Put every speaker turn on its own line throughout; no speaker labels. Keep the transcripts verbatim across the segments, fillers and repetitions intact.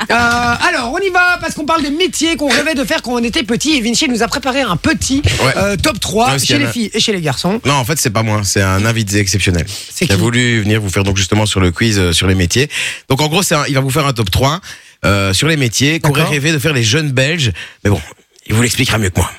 alors, on y va parce qu'on parle des métiers qu'on rêvait de faire quand on était petit. Et Vinci nous a préparé un petit
Ouais.
euh, top trois
Ouais,
chez les
a...
filles et chez les garçons.
Non, en fait, c'est pas moi, c'est un invité exceptionnel.
C'est
qui a
qui
voulu venir vous faire donc justement sur le quiz euh, sur les métiers. Donc en gros, c'est un- il va vous faire un top trois euh, sur les métiers qu'auraient
D'accord.
rêvé de faire les jeunes Belges. Mais bon, il vous l'expliquera mieux que moi.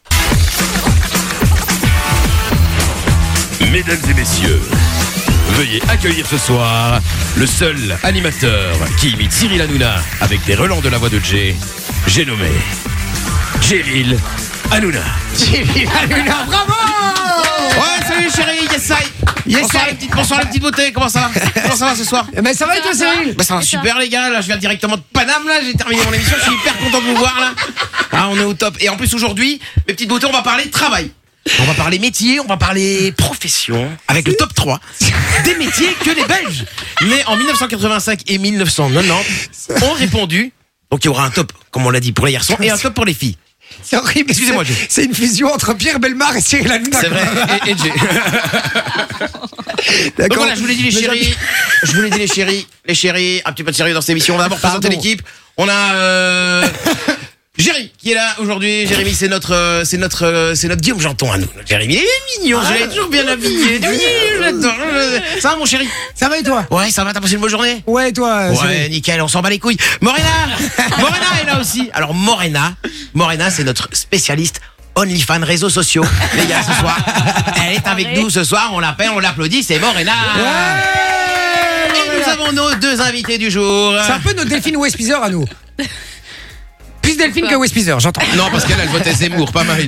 Mesdames et messieurs, veuillez accueillir ce soir le seul animateur qui imite Cyril Hanouna avec des relents de la voix de Jay. J'ai nommé Cyril Hanouna.
Cyril Hanouna, bravo.
Ouais, salut chérie, yes I.
Yes,
bonsoir,
I.
les petites, bonsoir les petites beautés, comment ça va? Comment ça va ce soir?
Mais ça va et toi, Cyril?
Bah ça va super les gars, là je viens directement de Paname, là j'ai terminé mon émission, je suis hyper content de vous voir là. Ah on est au top. Et en plus aujourd'hui, mes petites beautés, on va parler travail. On va parler métier, on va parler profession, avec le top trois des métiers que les Belges nés en mille neuf cent quatre-vingt-cinq et mille neuf cent quatre-vingt-dix ont répondu. Donc il y aura un top, comme on l'a dit, pour les garçons et un top pour les filles.
C'est horrible.
Excusez-moi,
c'est-
Jay.
C'est une fusion entre Pierre Bellemare et Cyril Hanouna.
C'est vrai, et, et Jay. Donc
D'accord.
voilà, je vous l'ai dit les
Mais
chéris, je vous l'ai dit les chéris, les chéris, un petit peu de sérieux dans cette émission. On va d'abord présenter
Pardon.
l'équipe. On a euh, Jérémy qui est là aujourd'hui. Jérémy, c'est notre, euh, c'est notre, euh, c'est notre Guillaume Janton à nous. Notre Jérémy, il est mignon, je l'ai toujours bien habillé. Oui, j'adore. Ça va mon chéri?
Ça va et toi?
Ouais, ça va. T'as passé une bonne journée?
Ouais, et toi,
Ouais,
Cyril?
nickel, on s'en bat les couilles. Morena Morena est là aussi. Alors Morena, Morena c'est notre spécialiste OnlyFans réseaux sociaux. Les gars, ce soir, elle est avec nous ce soir, on l'appelle, on l'applaudit, c'est Morena. Et nous avons nos deux invités du jour.
C'est un peu notre Delphine Westpizer à nous. Plus Delphine que Westpizer, j'entends.
Non, parce qu'elle, elle votait Zemmour, pas Marine.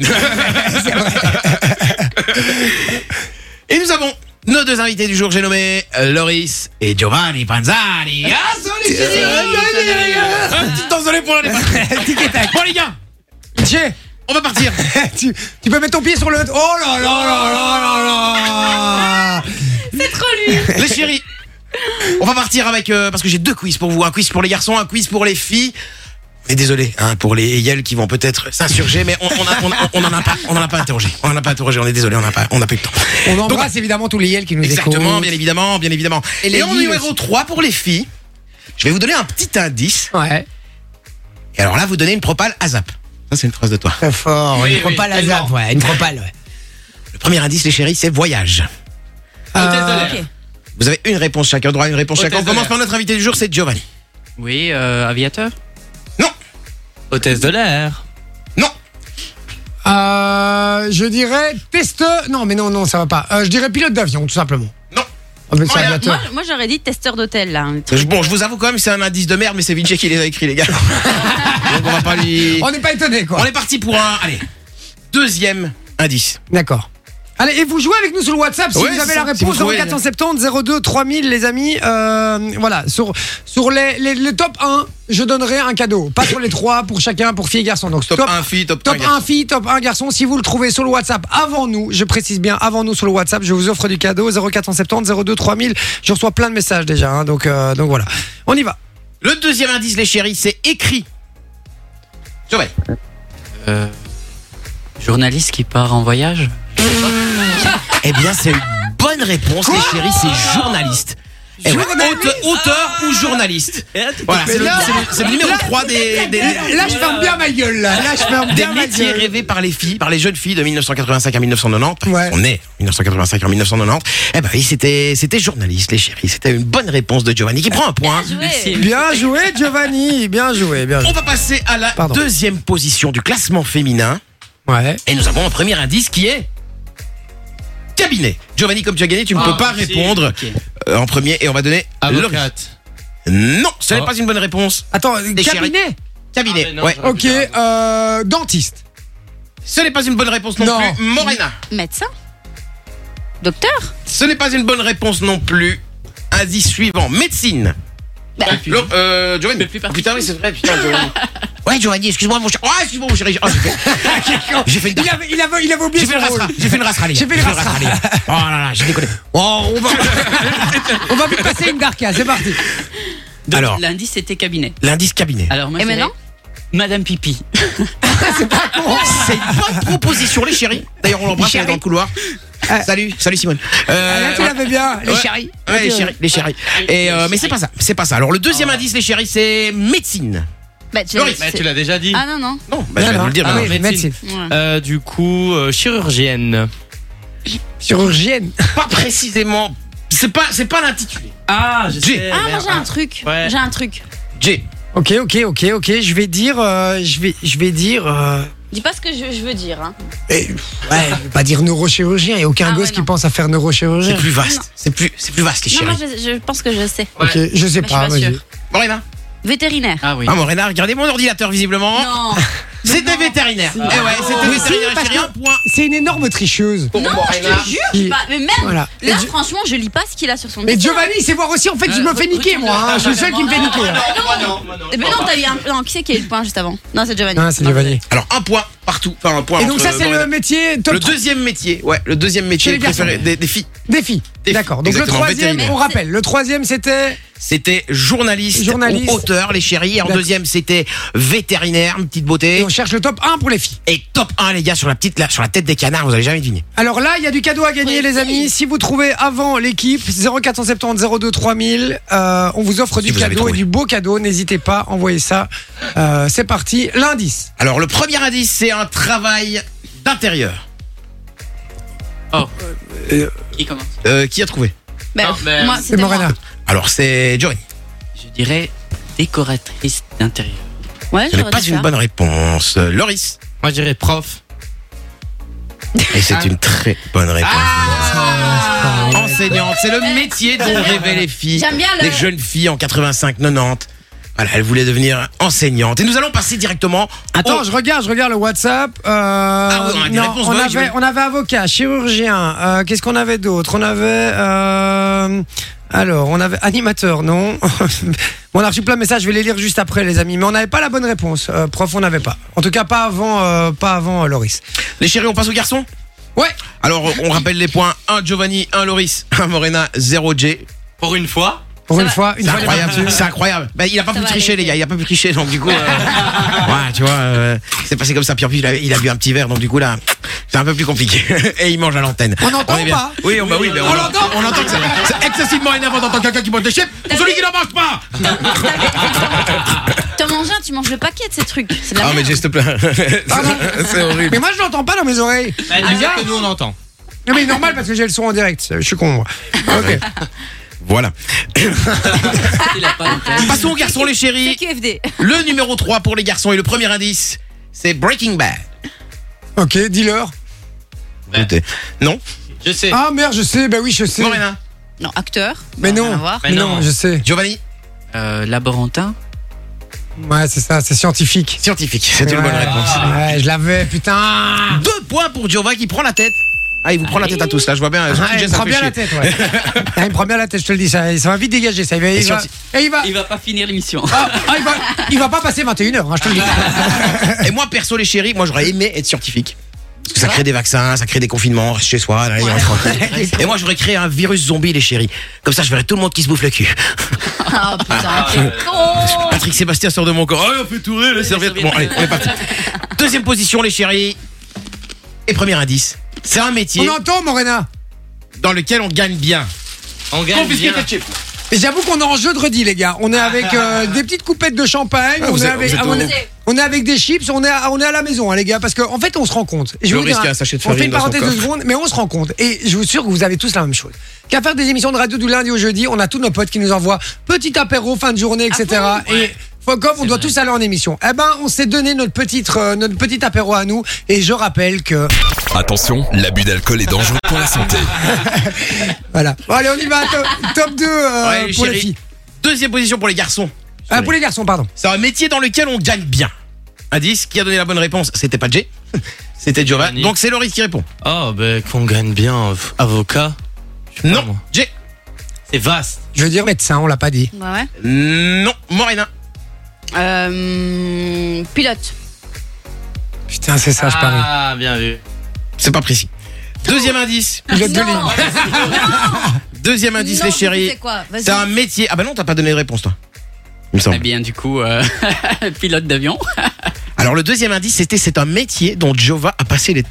Et nous avons nos deux invités du jour, j'ai nommé euh, Loris et Giovanni Panzani. Ah, salut, chérie. Un petit danse pour la
Tic et tac.
Bon les gars,
Jay,
on va partir.
tu, tu peux mettre ton pied sur le... Oh là là là là là là.
C'est trop lui.
Les chéris, on va partir avec euh, parce que j'ai deux quiz pour vous, un quiz pour les garçons, un quiz pour les filles. Mais désolé hein, pour les Yel qui vont peut-être s'insurger, mais on, on, a, on, a- on en a pas, on en a pas interrogé, on en a pas interrogé, on est désolé, on n'a pas, on n'a pas eu le temps.
On embrasse évidemment tous les Yel qui nous
Exactement,
écoutent.
bien évidemment, bien évidemment.
Et
Et,
les
en
filles
numéro
aussi.
trois pour les filles, je vais vous donner un petit indice.
Ouais.
Et alors là, vous donnez une propale à zap. Ça, c'est une phrase de toi.
Très fort.
Oui,
une
oui,
propale à
tellement.
zap, ouais. Une propale, ouais.
Le premier indice, les chéris, c'est voyage.
Hôtesse de
Euh,
l'air.
Ok.
Vous avez une réponse chacun, droit à une réponse
Hôtesse
chacun. On
de
commence
l'air.
par notre invité du jour, c'est Giovanni.
Oui, euh, aviateur.
Non,
Hôtesse de l'air.
non,
Euh, je dirais testeur. Non, mais non, non, ça va pas. Euh, je dirais pilote d'avion, tout simplement.
non.
Oh, mais c'est
Moyen.
aviateur.
Moi, moi j'aurais dit testeur d'hôtel là. un
Je-
truc.
Bon, je vous avoue quand même, c'est un indice de merde, mais c'est Vinci qui les a écrits, les gars. Donc on va pas lui.
On n'est pas étonné, quoi.
On est parti pour un. Allez, deuxième indice.
D'accord. Allez, et vous jouez avec nous sur le WhatsApp si
Ouais,
vous avez
c'est
la
ça. Si vous
réponse.
trouvez-
quatre cent soixante-dix zéro deux trois mille, les amis. Euh, voilà, sur, sur les, les, le top un, je donnerai un cadeau. Pas sur les trois pour chacun, pour filles et garçons. Donc
Top, un fille, top,
Top
un garçon.
un fille, top un garçon. Si vous le trouvez sur le WhatsApp avant nous, je précise bien avant nous sur le WhatsApp, je vous offre du cadeau. zéro quatre cent soixante-dix zéro deux trois mille. Je reçois plein de messages déjà. hein, donc, euh, donc voilà. On y va.
Le deuxième indice, les chéris, c'est écrit. Surveille.
Euh, journaliste qui part en voyage.
Eh bien, c'est une bonne réponse, les chéris, c'est journaliste. Eh ouais,
Journaliste.
auteur, auteur ou journaliste. Voilà, c'est le,
là-
c'est le- c'est le numéro trois des, des,
Là, je ferme bien ma gueule. Là, là je ferme
des
bien ma
métiers
gueule.
rêvés par les filles, par les jeunes filles de mille neuf cent quatre-vingt-cinq à mille neuf cent quatre-vingt-dix.
Ouais.
On est mille neuf cent quatre-vingt-cinq à mille neuf cent quatre-vingt-dix. Eh ben oui, c'était, c'était journaliste, les chéris. C'était une bonne réponse de Giovanni qui prend un point.
Bien joué.
Merci.
Bien joué, Giovanni. Bien joué, bien joué.
On va passer à la
Pardon.
deuxième position du classement féminin.
Ouais.
Et nous avons un premier indice qui est cabinet. Giovanni, comme tu as gagné, tu ne
Ah,
peux pas
si.
répondre
Ok.
euh, en premier et on va donner Laurie.
Avocate.
Non, ce n'est
Oh.
pas une bonne réponse.
Attends,
chéris.
cabinet.
Cabinet,
Ah, mais non,
ouais.
j'aurais
Ok, euh, dentiste.
Ce n'est pas une bonne réponse non,
Non.
plus. Morena.
Médecin. Docteur.
Ce n'est pas une bonne réponse non plus. Indice suivant, médecine.
Bah,
Lo- euh, Giovanni.
Mais plus
Oh, putain, oui, c'est vrai, putain, Giovanni. Ouais, Giovanni, excuse-moi, mon chéri. Oh, excuse-moi, mon chéri. Oh, j'ai fait, j'ai fait une
Il avait, il avait, il avait oublié
J'ai fait
son
une
rôle.
race J'ai fait une race rallye.
J'ai fait une race
rallye. Oh là là, j'ai déconné.
Oh, on va, on va vite passer une darka, c'est parti.
Donc,
Alors.
L'indice c'était cabinet.
L'indice cabinet.
Alors moi
Et
je dirais
maintenant
Madame Pipi.
C'est une bonne proposition, les chéris. D'ailleurs, on l'embrasse,
Les
elle est dans le couloir.
Ah.
Salut, salut Simone.
Ah,
Euh,
là, tu
ouais.
l'avais bien, les
Ouais.
chéris.
Ouais, les chéris, les chéris. Et euh, mais c'est pas ça, c'est pas ça. Alors le deuxième
Oh.
indice, les chéris, c'est médecine.
Bah, tu
Loris,
Mais tu l'as déjà dit.
Ah non, non.
Non, bah, je
Non,
viens de
non.
vous le dire.
Ah
maintenant.
oui, médecine.
Ouais.
Euh, du coup, euh, chirurgienne.
Chirurgienne.
Pas précisément. C'est pas, c'est pas l'intitulé.
Ah, je
J.
sais.
Ah, moi
merde.
j'ai un truc.
Ouais.
J'ai un truc.
J.
Ok, ok, ok, ok. Je vais dire, euh, je vais, je vais dire. euh,
Dis pas ce que je, je veux dire. Hein.
eh, ouais, je vais pas dire neurochirurgien. Il y a aucun
Ah,
gosse
ouais,
qui
non.
pense à faire
C'est
neurochirurgien.
plus
Non.
vaste. C'est plus, c'est plus vaste les
Non,
chéris.
moi je, je pense que je sais.
Ok, je sais
Mais je suis
pas.
pas
Vas-y.
sûre.
Morena.
Vétérinaire.
Ah oui.
Ah Morena, regardez mon ordinateur visiblement.
Non.
C'était vétérinaire. Eh ouais, c'était
Mais
vétérinaire.
si, parce
Chérie,
que-
un point
C'est une énorme tricheuse.
pour
Non, je
Morena.
te jure.
Qui-
Bah, mais même
Voilà. Et
là,
Gio-
franchement, je lis pas ce qu'il a sur son
Mais
dessin.
Giovanni, c'est voir aussi. En fait, je me fais niquer, moi. hein. Je suis le seul qui me fait niquer. hein.
Mais non, t'as eu un. Non, qui c'est qui a eu le point juste avant? Non, c'est Giovanni.
Non, c'est Giovanni.
Alors un point partout. Enfin un point.
Et donc,
entre
ça, c'est
Morena.
le métier top
Le
trois.
deuxième métier, ouais, le deuxième métier
Chez les garçons.
préféré des, des filles.
Défi.
Défi.
D'accord. Donc, le
Exactement,
troisième,
vétérinaire.
on rappelle. Le troisième, c'était.
C'était journaliste,
Journaliste.
ou auteur, les chéris. En
D'accord.
deuxième, c'était vétérinaire, une petite
Et
beauté.
on cherche le top un pour les filles.
Et top un, les gars, sur la petite, là, sur la tête des canards, vous avez jamais deviné.
Alors là, il y a du cadeau à gagner,
Oui,
les
si.
amis. Si vous trouvez avant l'équipe, zéro quatre sept zéro zéro deux trois mille, euh, on vous offre
Si
du
vous avez
cadeau et
trouvé.
du beau cadeau. N'hésitez pas, envoyez ça. Euh, c'est parti. L'indice.
Alors, le premier indice, c'est un travail d'intérieur.
Oh.
Euh,
Qui commence?
Euh, qui a trouvé?
Bah,
Non, mais-
moi,
C'est
c'était moi.
Morena.
Alors, c'est Johnny.
Je dirais décoratrice d'intérieur.
Ouais,
Ce n'est
j'aurais
pas
dit
une
ça.
bonne réponse. Euh, Loris.
Moi, je dirais prof.
Et c'est
Ah.
une très bonne réponse.
Ah.
Enseignante, c'est le métier dont rêvaient les filles,
J'aime bien le-
les jeunes filles en quatre-vingt-cinq quatre-vingt-dix. Voilà, elles voulaient devenir enseignantes. Et nous allons passer directement.
Attends,
au-
je regarde, je regarde le WhatsApp. Euh,
Ah oui, on a des
non,
réponses,
on
ouais,
avait,
j'imagine.
on avait avocat, chirurgien. euh, Qu'est-ce qu'on avait d'autre? On avait. euh, alors, on avait animateur, non. Bon, on a reçu plein de messages. Je vais les lire juste après, les amis. Mais on n'avait pas la bonne réponse. Euh, prof, on n'avait pas. En tout cas, pas avant, euh, pas avant euh, Loris.
Les chéris, on passe aux garçons.
Ouais.
Alors, on rappelle les points. un Giovanni, un Loris, un Morena, zéro J.
Pour une fois.
Pour
Ça
une
va.
fois, une
C'est
fois les
incroyable,
battus.
c'est incroyable. Bah, il a pas
Ça
pu
va
tricher,
aller.
les gars. Il a pas pu tricher, donc du coup, euh, ouais, tu vois, euh, c'est passé comme ça. Puis en plus, il a, il a bu un petit verre, donc du coup là, c'est un peu plus compliqué. Et il mange à l'antenne.
On entend
est
ou
bien.
pas
Oui, on, bah oui, bah,
On l'entend
On entend que c'est c'est excessivement énervant d'entendre quelqu'un qui mange des chips pour celui qui n'en mange pas.
T'en manges un, tu manges le paquet de ces trucs. C'est de la
Ah, mais
merde.
j'ai s'il te plaît.
Pardon.
C'est horrible.
Mais moi, je l'entends pas dans mes oreilles.
Bizarre que nous, on entend.
Non, mais normal parce que j'ai le son en direct. Je suis con, moi. Ok.
Voilà.
Il a pas d'antenne.
Passons aux garçons, les
C'est
chéris.
Q F D.
Le numéro trois pour les garçons et le premier indice, c'est Breaking Bad.
Ok, dis-leur.
Ouais.
Écoutez. Non.
Je sais.
Ah merde, je sais. Bah oui, je sais.
Morena.
Non, acteur.
Mais
Rien
non.
à voir.
Mais
Mais
non,
non.
je sais.
Giovanni.
Euh, laborantin.
Ouais, c'est ça, c'est scientifique.
Scientifique. C'est une
Ouais.
bonne réponse.
Ouais, je l'avais, putain.
Deux points pour Giova qui prend la tête. Ah, il vous prend la tête à tous là, je vois bien.
Ah,
Surtout
il
Jess,
me
ça
prend
fait
bien
chier.
la tête, ouais. Ah, il me prend bien la tête, je te le dis, ça, ça va vite dégager, ça. Il va,
Et
il va,
sur-
et il va,
Il va pas finir l'émission.
ah, ah, il va, il va pas passer vingt et une heures, hein, je te le dis.
Et moi, perso, les chéris, moi j'aurais aimé être scientifique. Parce que ça crée des vaccins, ça crée des confinements, on reste chez soi, là, il y a un tranquille. Et moi, j'aurais créé un virus zombie, les chéris. Comme ça, je verrais tout le monde qui se bouffe le cul.
Ah putain, t'es con.
Patrick Sébastien sort de mon corps. Oh, on fait tourner les serviettes. Bon, allez, on est parti. Deuxième position, les chéris. Et premier indice. C'est un métier
On entend, Morena.
dans lequel on gagne bien.
On gagne bien.
Et j'avoue qu'on est en jeu de redis, les gars. On est avec euh, des petites coupettes de champagne,
Ah,
on,
vous
est
êtes-
avec,
vous êtes
ah, on,
au-
est, on est avec des chips, on est, à, on est à la maison, hein, les gars, parce qu'en en fait, on se rend compte. Et je vais
Le
vous dire,
risque
hein,
à un sachet de
on fait
farine
une
dans son
parenthèse de
coffre.
secondes, mais on se rend compte. Et je vous assure que vous avez tous la même chose. Qu'à faire des émissions de radio du lundi au jeudi, on a tous nos potes qui nous envoient petit apéro, fin de journée, et cetera.
bon
Et fuck off, on doit tous aller en émission. Eh ben, on s'est donné notre petite, euh, notre petit apéro à nous. Et je rappelle que,
Attention, l'abus d'alcool est dangereux pour la santé.
voilà. Bon, allez, on y va. Top, top deux euh,
Ouais, les
pour les
chéris.
filles.
Deuxième position pour les garçons.
Ah, pour les garçons, pardon.
C'est un métier dans lequel on gagne bien. Indice, qui a donné la bonne réponse, c'était pas Jay, c'était Giova.
Giovanni.
Donc c'est Loris qui répond.
Oh, ben qu'on gagne bien. euh, Avocat. Je sais pas,
Non,
moi.
Jay.
C'est vaste.
Je veux dire médecin, on l'a pas dit.
Ouais, ouais.
Non, Morena.
Euh, pilote.
Putain, c'est ça, je parie.
Ah, bien vu.
C'est pas précis. Deuxième indice.
Pilote de
Non.
ligne.
Deuxième indice,
Non,
les
du coup,
chéris.
C'est quoi? Vas-y.
C'est un métier. Ah bah non, t'as pas donné de réponse, toi. Il me
Eh
semble.
bien, du coup, euh, pilote d'avion.
Alors le deuxième indice, c'était c'est un métier dont Giova a passé les tests.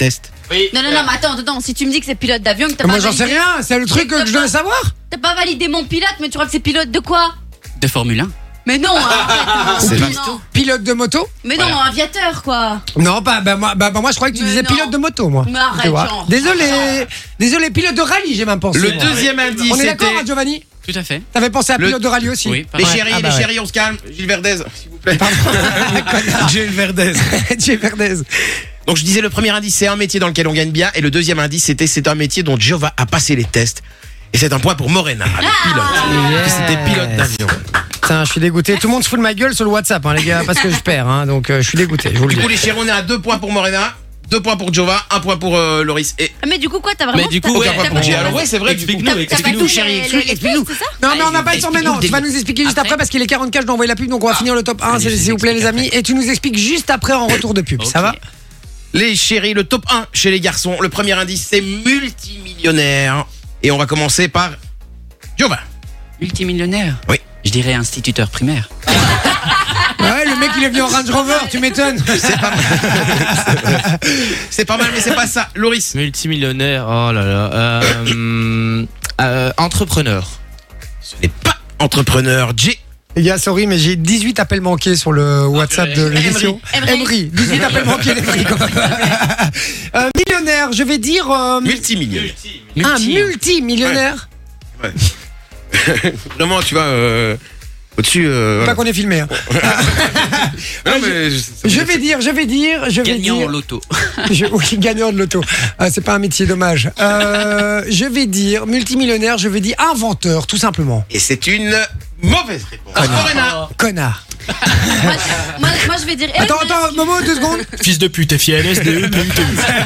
Oui.
Non, non, non, mais attends, attends, si tu me dis que c'est pilote d'avion, que t'as
Moi
pas
j'en sais
validé-
rien, c'est le truc que je dois savoir.
T'as pas validé mon pilote, mais tu crois que c'est pilote de quoi?
De Formule un.
Mais non, arrête,
C'est
non,
vaste.
non.
Pilote de moto?
Mais non, aviateur, quoi.
Non, bah, bah, moi, bah, bah, moi je croyais que tu
Mais
disais
non.
pilote de moto, moi.
Mais arrête,
Tu vois.
genre.
Désolé, désolé, pilote de rallye, j'ai même pensé.
Le
moi.
deuxième indice,
On est
c'était
d'accord, hein, Giovanni?
Tout à fait.
T'avais pensé à
Le-
pilote de rallye aussi?
Oui,
les
Ouais.
chéris,
Ah bah
les
ouais.
chéris, on se calme. Gilles Verdez, s'il vous plaît.
Gilles
Verdez.
Gilles Verdez.
Donc je disais le premier indice c'est un métier dans lequel on gagne bien et le deuxième indice c'était c'est un métier dont Giova a passé les tests et c'est un point pour Morena, le pilote.
Yes.
C'était pilote d'avion.
Putain, je suis dégoûté. Tout le monde se fout de ma gueule sur le WhatsApp, hein, les gars, parce que je perds, hein, donc euh, je suis dégoûté. Je vous le
Du
dis.
coup les chéris on est à deux points pour Morena, deux points pour Giova, un point pour euh, Loris et
Ah, mais du coup, quoi, t'as vraiment.
Mais du
t'as-
coup,
aucun
ouais,
point
t'as
pour
pas-
G.
t'as
Alors
pas-
ouais c'est vrai.
Explique-nous,
du coup.
t'as- t'as pas
Explique-nous
fait
chérie,
les-
explique-
les
explique-nous.
tests, c'est ça?
Non, mais on n'a
Allez,
pas le temps
explique-nous
maintenant.
le
Tu vas
début.
nous expliquer juste après,
Après
parce qu'il est quarante-quatre, je dois envoyer la pub, donc on va finir le top un,
Allez,
c'est-
je
s'il vous plaît,
vous
les amis.
explique
Et tu nous expliques juste après en retour de pub, ça
Ok.
va?
Les chéris, le top un chez les garçons. Le premier indice c'est multimillionnaire et on va commencer par Giova.
Multimillionnaire.
Oui.
Je dirais instituteur primaire.
Ouais, le mec il est venu en Range Rover, tu m'étonnes.
C'est pas mal. C'est pas mal mais c'est pas ça. Loris.
Multimillionnaire, oh là là. Euh, euh, entrepreneur.
Ce n'est pas entrepreneur. J.
Les gars, sorry, mais j'ai dix-huit appels manqués sur le WhatsApp de l'émission.
Emery.
Emery, dix-huit appels manqués, Emery, quand même. Euh, millionnaire, je vais dire. euh,
Multimillionnaire.
un
Multi.
multimillionnaire.
Vraiment tu vois euh, au-dessus. euh,
Pas
voilà.
qu'on est filmé. Hein.
Non, mais je, ça veut
Je
dire-
vais dire, je vais dire, je vais
Gagnant
dire.
en loto.
Je, oui, gagnant de l'auto. Euh, c'est pas un métier, dommage. Euh, je vais dire multimillionnaire, je vais dire inventeur, tout simplement.
Et c'est une mauvaise réponse. Morena.
Connard.
Moi, je- moi, moi, je vais dire.
Attends,
Elon
attends,
Musk.
Momo, deux secondes.
Fils de pute, F I L S D E, pute.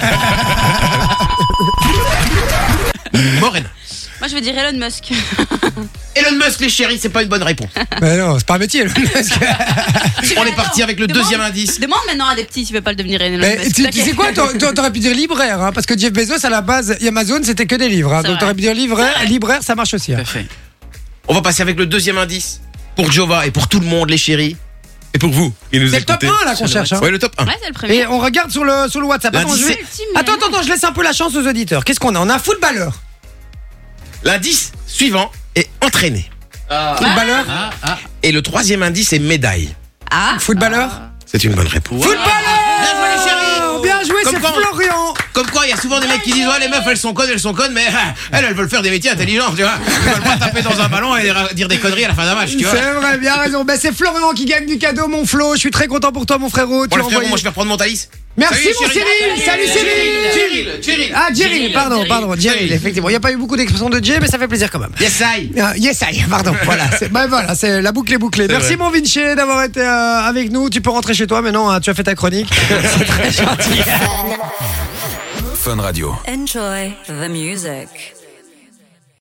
Morena.
Moi, je vais dire Elon Musk.
Elon Musk, les chéris, c'est pas une bonne réponse.
Mais non, c'est pas un métier, le Musk.
On est parti avec le
Demande-
deuxième indice.
Demande maintenant à des petits s'ils veulent pas le devenir Elon
Mais
Musk.
tu, tu
T'inquiète.
sais quoi, t'a- t'a- t'aurais pu dire libraire, hein, parce que Jeff Bezos, à la base, et Amazon, c'était que des livres. Hein,
C'est
donc
vrai.
t'aurais pu dire libraire, libraire, ça marche aussi.
Tout
Hein.
à fait.
On va passer avec le deuxième indice pour Jova et pour tout le monde, les chéris. Et pour vous, qui nous
C'est le top
écoutez.
un là qu'on cherche. Hein.
Ouais, le top un.
Ouais, c'est le premier.
Et on regarde sur le, sur le WhatsApp. Attends,
L'indice,
je vais-
c'est-
attends, attends, attends, je laisse un peu la chance aux auditeurs. Qu'est-ce qu'on a? On a un footballeur.
L'indice suivant est entraîné.
Footballeur.
Ah, ah.
Et le troisième indice est médaille.
Ah,
Footballeur.
C'est une bonne réponse.
Footballeur.
Bien joué, les chéris.
Bien joué,
Comme
c'est
quand-
Florian.
Comme quoi, il y a souvent des mecs qui disent ouais les meufs elles sont connes, elles sont connes, mais ah, elles elles veulent faire des métiers intelligents, tu vois. Elles veulent pas taper dans un ballon et dire des conneries à la fin d'un match, tu vois.
C'est vrai, bien raison. Ben, c'est Florian qui gagne du cadeau, mon Flo. Je suis très content pour toi, mon frérot.
Bon,
Tu
le
as
frérot,
envoyé-
moi je vais reprendre mon Thalys.
Merci,
Salut,
mon
Cyril.
Cyril. Salut, Cyril.
Cyril, Cyril.
Ah, Jerry, pardon, pardon, Jerry,
Cyril.
effectivement. Il n'y a pas eu beaucoup d'expressions de Jay, mais ça fait plaisir quand même.
Yes, I.
Ah, yes, I, pardon. Voilà, c'est, ben voilà, c'est la boucle est bouclée.
C'est
Merci,
vrai.
mon Vinci, d'avoir été euh, avec nous. Tu peux rentrer chez toi maintenant. Hein, tu as fait ta chronique. C'est très gentil.
Fun Radio.
Enjoy the music.